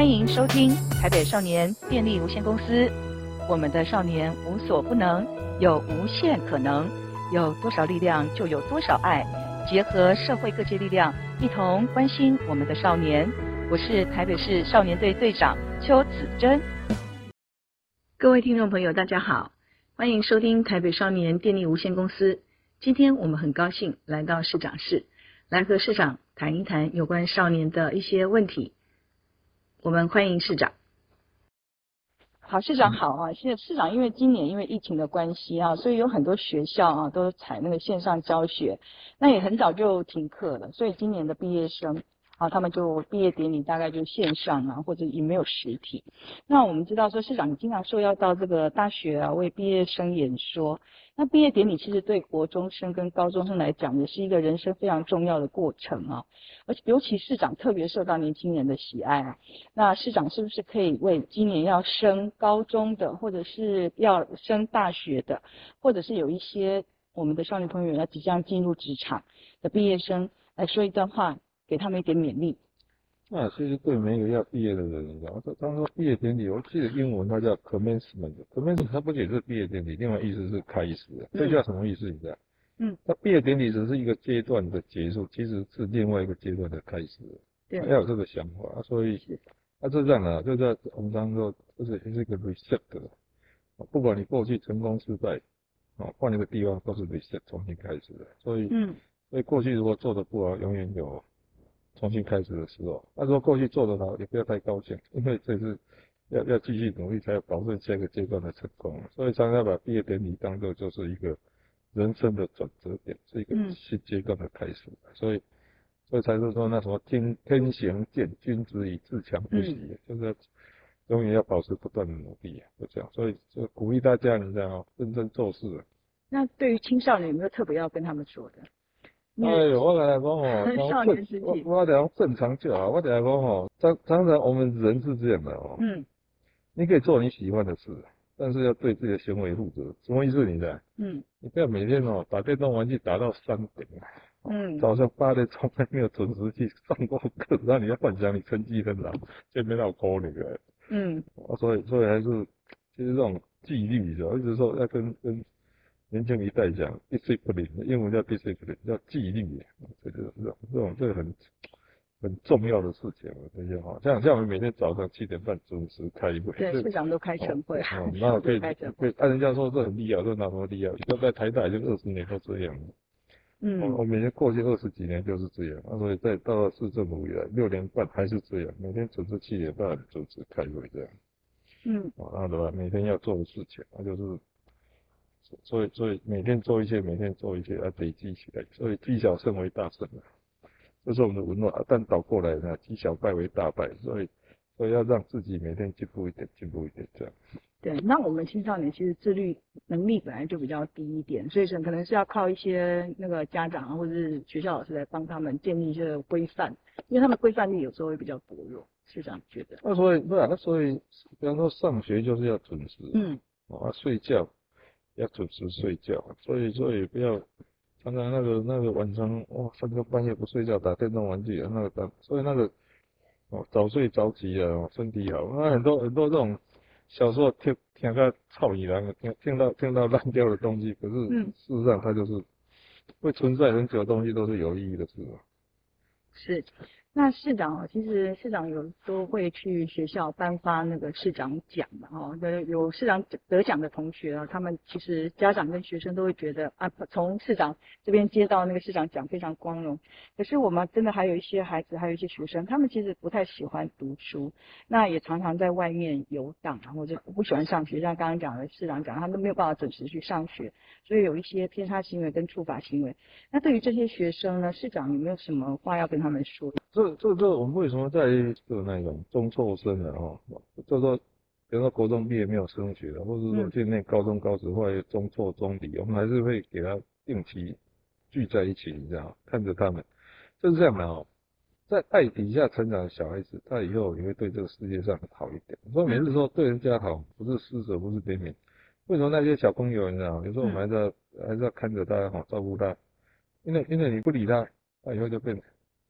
欢迎收听台北少年电力无限公司。我们的少年无所不能，有无限可能，有多少力量就有多少爱。结合社会各界力量，一同关心我们的少年。我是台北市少年队队长邱子珍。各位听众朋友，大家好，欢迎收听台北少年电力无限公司。今天我们很高兴来到市长室，来和市长谈一谈有关少年的一些问题。我们欢迎市长。好，市长好啊！现在市长因为今年因为疫情的关系啊，所以有很多学校啊都采那个线上教学，那也很早就停课了，所以今年的毕业生啊，他们就毕业典礼大概就线上啊，或者也没有实体。那我们知道说，市长你经常说要到这个大学啊为毕业生演说。那毕业典礼其实对国中生跟高中生来讲，也是一个人生非常重要的过程啊。而且尤其市长特别受到年轻人的喜爱啊。那市长是不是可以为今年要升高中的，或者是要升大学的，或者是有一些我们的少年朋友要即将进入职场的毕业生来说一段话，给他们一点勉励？ 那其实对每一个要毕业的人，你知道吗？当说毕业典礼，我记得英文它叫 commencement，commencement 它不仅是毕业典礼，另外意思是开始，这叫什么意思？你知道？它毕业典礼只是一个阶段的结束，其实是另外一个阶段的开始。对，要有这个想法，所以就这样啊，就在我们常说，就是一个 reset 的，不管你过去成功失败，换一个地方都是 reset 重新开始的。所以过去如果做得不好，永远有重新开始的时候。那如果过去做得好，也不要太高兴，因为这是要继续努力，才有保证下一个阶段的成功。所以常常把毕业典礼当作就是一个人生的转折点，是一个新阶段的开始。所以才是说那什么天行健，君子以自强不息，就是要永远要保持不断的努力，就这样。所以就鼓励大家，你知道认真做事。 那对于青少年有没有特别要跟他们说的？ 哎呦，我跟他讲少年时期， 我讲正常就好。我跟他讲常常我们人是这样的你可以做你喜欢的事，但是要对自己的行为负责。什么意思？你知道？你不要每天打电动玩具打到3点，早上8点从来没有准时去上过课，让你要幻想你成绩很好，就没闹扣你的。所以还是其实这种纪律，你知道，一直说要跟年轻一代讲 discipline， 英文叫 discipline， 叫纪律，这个很重要的事情，这些像我们每天早上7点半准时开会， 对，市长都开晨会， 那可以，按人家说这很厉害，这哪什么厉害？就在台大已经20年都这样了。我每天过去20几年就是这样，所以到了市政府以来6年半还是这样，每天准时7点半准时开会这样。那对吧？每天要做的事情，那就是。所以每天做一些，累积起来，所以积小胜为大胜这是我们的文化。但倒过来呢，积小败为大败，所以要让自己每天进步一点这样。 对，那我们青少年其实自律能力本来就比较低一点，所以可能是要靠一些那个家长或者是学校老师来帮他们建立一些规范，因为他们规范力有时候会比较薄弱，是这样觉得。 所以比方说上学就是要准时，睡觉要准时睡觉，所以不要常常那个晚上3更半夜不睡觉打电动玩具所以早睡早起身体好。那很多这种小时候听个臭女人，听到烂掉的东西，可是事实上它就是会存在很久的东西，都是有意义的事。 是，那市长其实市长有都会去学校颁发那个市长奖嘛，有市长得奖的同学啊，他们其实家长跟学生都会觉得啊，从市长这边接到那个市长奖非常光荣。可是我们真的还有一些孩子，还有一些学生，他们其实不太喜欢读书，那也常常在外面游荡，或者不喜欢上学，像刚刚讲的市长讲，他们没有办法准时去上学，所以有一些偏差行为跟触法行为。那对于这些学生呢，市长有没有什么话要跟他们说？ 这我们为什么在那种中辍生就说比如说国中毕业没有升学的，或者说去念高中高职或者中辍中离，我们还是会给他定期聚在一起，你知道，看着他们，就是这样的在爱底下成长的小孩子，他以后也会对这个世界上好一点。所以每次说对人家好，不是施舍，不是怜悯。为什么那些小朋友，你知道，有时候我们还是要看着他照顾他，因为你不理他，他以后就变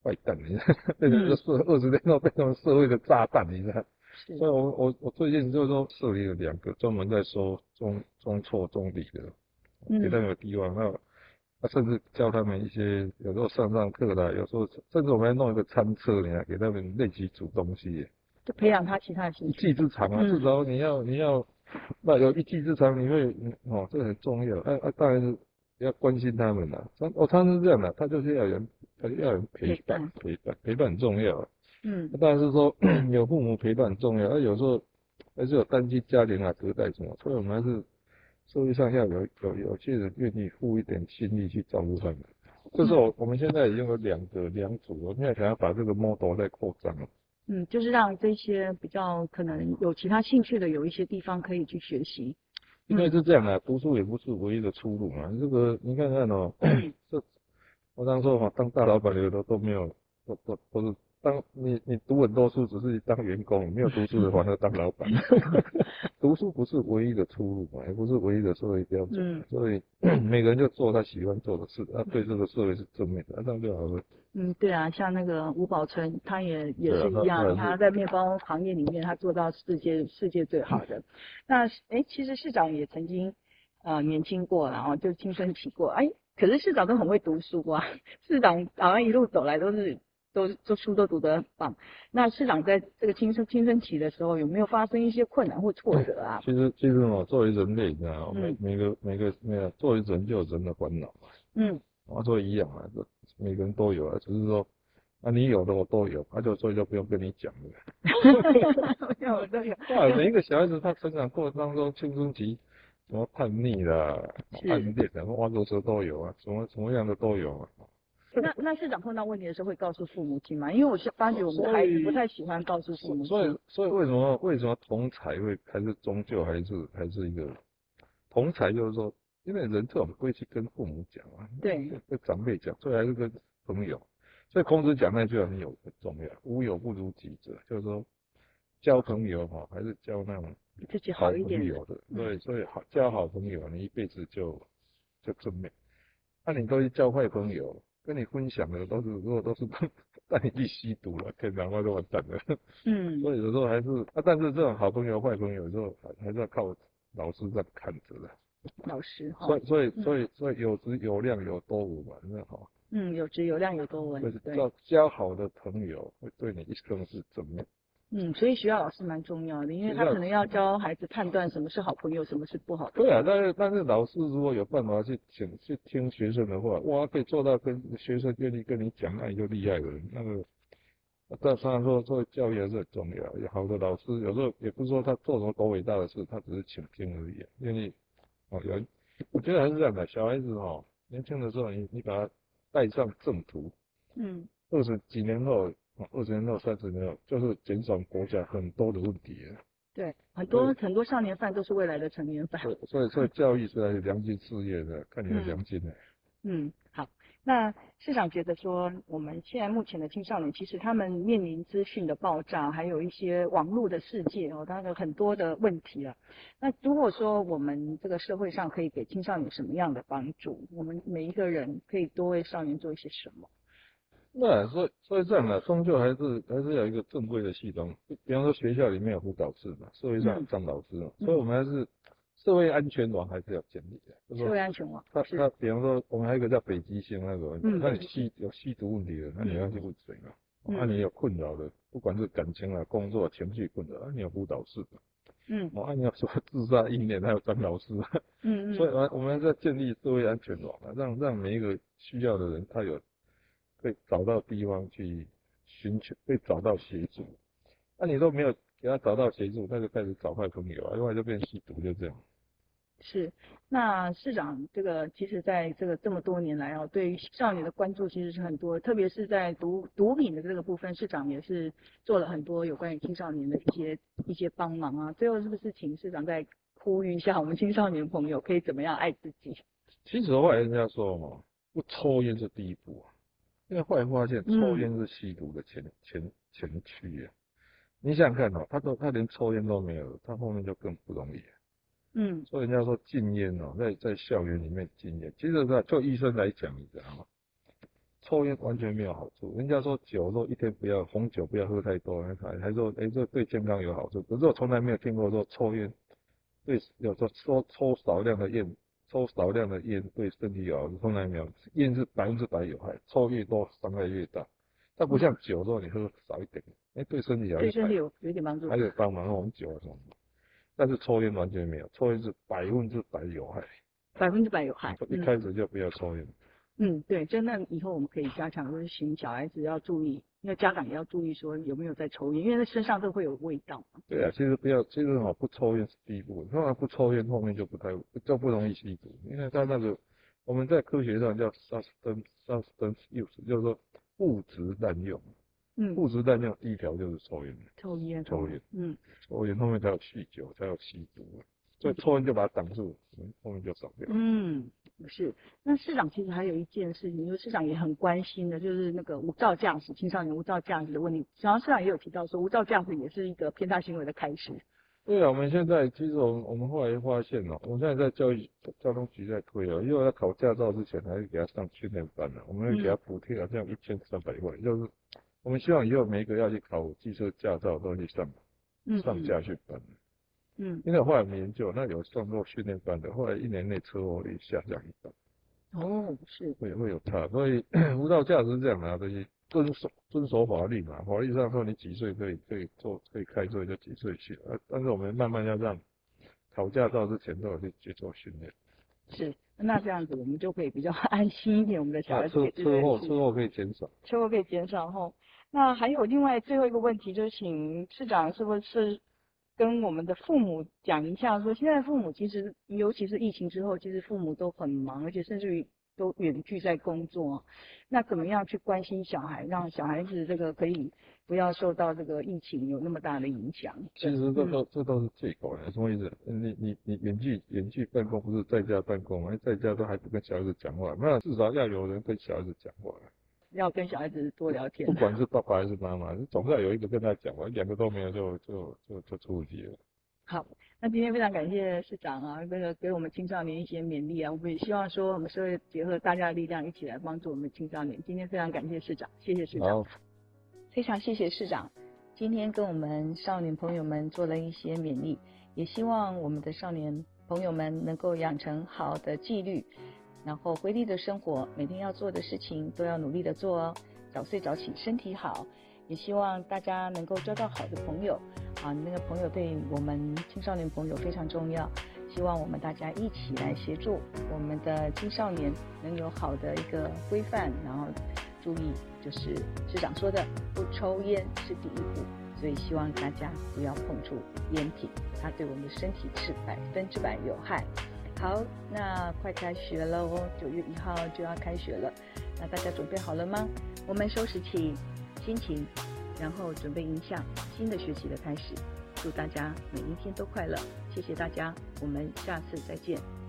坏蛋，你知道，变成20年后变成社会的炸弹，你知道。所以我最近就是说设立了2个专门在收中辍中理的，给他们有地方，那甚至教他们一些，有时候上课啦，有时候甚至我们还弄一个餐车，你还给他们练习煮东西， 就培养他其他的兴趣。 一技之长啊，至少你要，那有一技之长，你会这很重要。当然是要关心他们啦。他是这样的，他就是要人陪伴很重要啊。当然是说有父母陪伴很重要，有时候还是有单亲家庭啊、隔代什么，所以我们还是社会上要有些人愿意付一点心力去照顾他们。这是我们现在已经有2组，我现在想要把这个 model 再扩张了。 就是让这些比较可能有其他兴趣的，有一些地方可以去学习。 因为是这样啊，读书也不是唯一的出路嘛。这个你看看哦，我常说嘛，当大老板的都没有，都是你读很多书，只是当员工，没有读书的反而当老板。读书不是唯一的出路嘛，也不是唯一的社会标准。所以每个人就做他喜欢做的事，对这个社会是正面的，这样就好了。 对啊，像那个吴宝春，他也是一样，他在面包行业里面，他做到世界最好的。那其实市长也曾经年轻过，然后就青春期过，可是市长都很会读书啊，市长好像一路走来都书都读得很棒。那市长在这个青春期的时候，有没有发生一些困难或挫折啊？ 其实作为人类，你知道，每个作为人就有人的烦恼嘛。都一样啊，每个人都有啊，只是说你有的我都有，所以就不用跟你讲了。 我都有。 每一个小孩子他成长过程当中，青春期什么叛逆啦、暗恋的、挖沟车都有啊，什么样的都有啊。 那市长碰到问题的时候会告诉父母亲吗？因为我是发觉我们的孩子不太喜欢告诉父母亲。 所以为什么同才还是终究还是一个同才，就是说，因为人这种不会去跟父母讲啊， 对， 跟长辈讲，所以还是跟朋友。所以孔子讲那句很重要，无友不如己者，就是说交朋友还是交那种好朋友的。所以交好朋友，你一辈子就正面。你都去交坏朋友，跟你分享的如果都是带你去吸毒了，天哪，就完蛋了。所以有时候还是但是这种好朋友坏朋友，有时候还是要靠老师在看着的。 老师所以有质有量有多闻嘛，那好。 有质有量有多闻。对， 交好的朋友会对你一生是正面。 所以学校老师蛮重要的，因为他可能要教孩子判断什么是好朋友，什么是不好的。 对啊，但是老师如果有办法去听学生的话，哇，可以做到跟学生愿意跟你讲，那你就厉害了。那个，但当然说教育还是很重要。有好的老师，有时候也不是说他做什么多伟大的事，他只是倾听而已，愿意我觉得还是这样的。小孩子年轻的时候，你把他带上正途，20几年后。20年后、30年后，就是减少国家很多的问题了。 对，很多少年犯都是未来的成年犯。 所以教育是良心事业的，看你的良心的。 好。那市长觉得说，我们现在目前的青少年，其实他们面临资讯的爆炸，还有一些网络的世界当然有很多的问题了。那如果说我们这个社会上可以给青少年什么样的帮助，我们每一个人可以多为少年做一些什么？ 那所以这样的，终究还是有一个正规的系统。比方说学校里面有辅导室嘛，社会上有张老师嘛，所以我们还是社会安全网还是要建立的。 社会安全网。 他比方说我们还有一个叫北极星那个，那你有吸毒问题的，那你要去问谁嘛？你有困扰的，不管是感情啊、工作、情绪困扰，你有辅导室嘛？你要说自杀意念，还有张老师。所以我们还是要建立社会安全网让每一个需要的人，他有被找到地方去寻求，被找到协助。你都没有给他找到协助，他就开始找坏朋友另外就变吸毒，就这样。 是，那市长这个其实在这么多年来对于少年的关注其实是很多，特别是在毒品的这个部分，市长也是做了很多有关于青少年的一些帮忙啊。最后是不是请市长再呼吁一下我们青少年朋友可以怎么样爱自己？ 其实后来人家说不抽烟是第一步因为后来发现抽烟是吸毒的前驱你想想看他连抽烟都没有，他后面就更不容易所以人家说禁烟在校园里面禁烟，其实就医生来讲，你知道吗？ 抽烟完全没有好处。人家说酒说一天不要红酒不要喝太多，还说这对健康有好处。可是我从来没有听过说抽烟对有说抽少量的烟对身体有好处，从来没有。烟是100%有害，抽越多伤害越大。它不像酒说你喝少一点，对身体对身体有点帮助， 还有帮忙红酒啊什么。但是抽烟完全没有，抽烟是100%有害 ，100%有害。 一开始就不要抽烟。 对，真的以后我们可以加强，就是请小孩子要注意，因为家长也要注意说有没有在抽烟，因为在身上都会有味道。 对啊，其实不抽烟是第一步，通常不抽烟后面就不容易吸毒，因为它那个我们在科学上叫 substance use， 就是说物质滥用。物质滥用第一条就是抽烟。抽烟后面才有酗酒，才有吸毒，所以抽烟就把它挡住，后面就少掉。 是。那市长其实还有一件事情，就是市长也很关心的，就是那个无照驾驶，青少年无照驾驶的问题。然后市长也有提到说，无照驾驶也是一个偏差行为的开始。 对啊，我们现在其实我们后来发现我们现在在交通局在推因为要考驾照之前还是给他上训练班我们会给他补贴好像1300块，就是我们希望以后每一个要去考机车驾照都去上驾训班。因为后来我们研究，那有上过训练班的，后来1年内车祸率下降1半。 是会有差，所以无照驾驶是这样的，就是遵守法律嘛。法律上说你几岁可以开车就几岁去但是我们慢慢要让考驾照之前都有去做训练。 是，那这样子我们就可以比较安心一点，我们的小孩子车祸可以减少。 车祸可以减少后，那还有另外最后一个问题，就是请市长是不是跟我们的父母讲一下，说现在父母其实尤其是疫情之后，其实父母都很忙，而且甚至于都远距在工作，那怎么样去关心小孩，让小孩子这个可以不要受到这个疫情有那么大的影响？ 其实这都是借口什么意思？你远距办公不是在家办公吗？在家都还不跟小孩子讲话，那至少要有人跟小孩子讲话。 要跟小孩子多聊天， 不管是爸爸还是妈妈，总是要有一个跟他讲话，2个都没有就出问题了。 好，那今天非常感谢市长给我们青少年一些勉励我们也希望说我们社会结合大家的力量，一起来帮助我们青少年。今天非常感谢市长，谢谢市长。非常谢谢市长，今天跟我们少年朋友们做了一些勉励，也希望我们的少年朋友们能够养成好的纪律，然后规律的生活，每天要做的事情都要努力的做早睡早起，身体好。也希望大家能够交到好的朋友那个朋友对我们青少年朋友非常重要。希望我们大家一起来协助我们的青少年能有好的一个规范，然后注意就是市长说的，不抽烟是第一步，所以希望大家不要碰触烟品，它对我们的身体是100%有害。好，那快开学了9月1号就要开学了，那大家准备好了吗？我们收拾起心情，然后准备迎向新的学期的开始。祝大家每一天都快乐，谢谢大家，我们下次再见。